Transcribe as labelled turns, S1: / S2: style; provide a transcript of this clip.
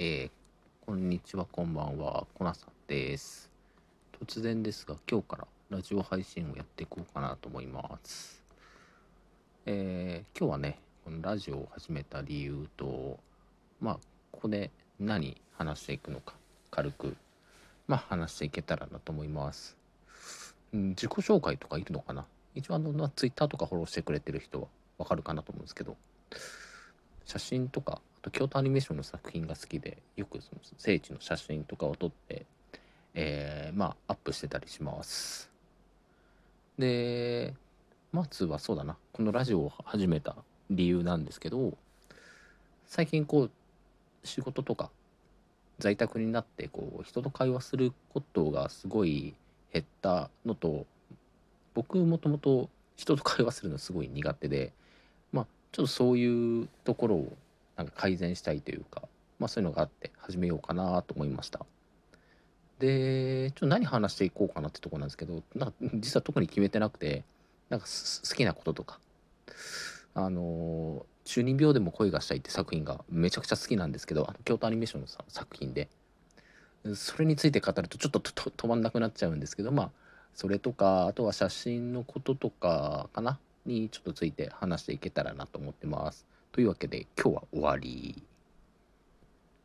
S1: こんにちは、こんばんは、コナさんです。突然ですが、今日からラジオ配信をやっていこうかなと思います。今日はね、このラジオを始めた理由と、ここで何話していくのか、軽く、話していけたらなと思います。自己紹介とかいるのかな。一応ツイッターとかフォローしてくれてる人はわかるかなと思うんですけど、写真とか、あと京都アニメーションの作品が好きで、よくその聖地の写真とかを撮って、アップしてたりします。で、まずはそうだな、このラジオを始めた理由なんですけど、最近仕事とか在宅になって人と会話することがすごい減ったのと、僕もともと人と会話するのすごい苦手で、ちょっとそういうところをなんか改善したいというか、そういうのがあって始めようかなと思いました。で、ちょっと何話していこうかなってとこなんですけど、なんか実は特に決めてなくて、なんか好きなこととか、中二病でも恋がしたいって作品がめちゃくちゃ好きなんですけど、京都アニメーションの作品で、それについて語るとちょっと止まんなくなっちゃうんですけど、それとか、あとは写真のこととかかなにちょっとついて話していけたらなと思ってます。というわけで今日は終わり。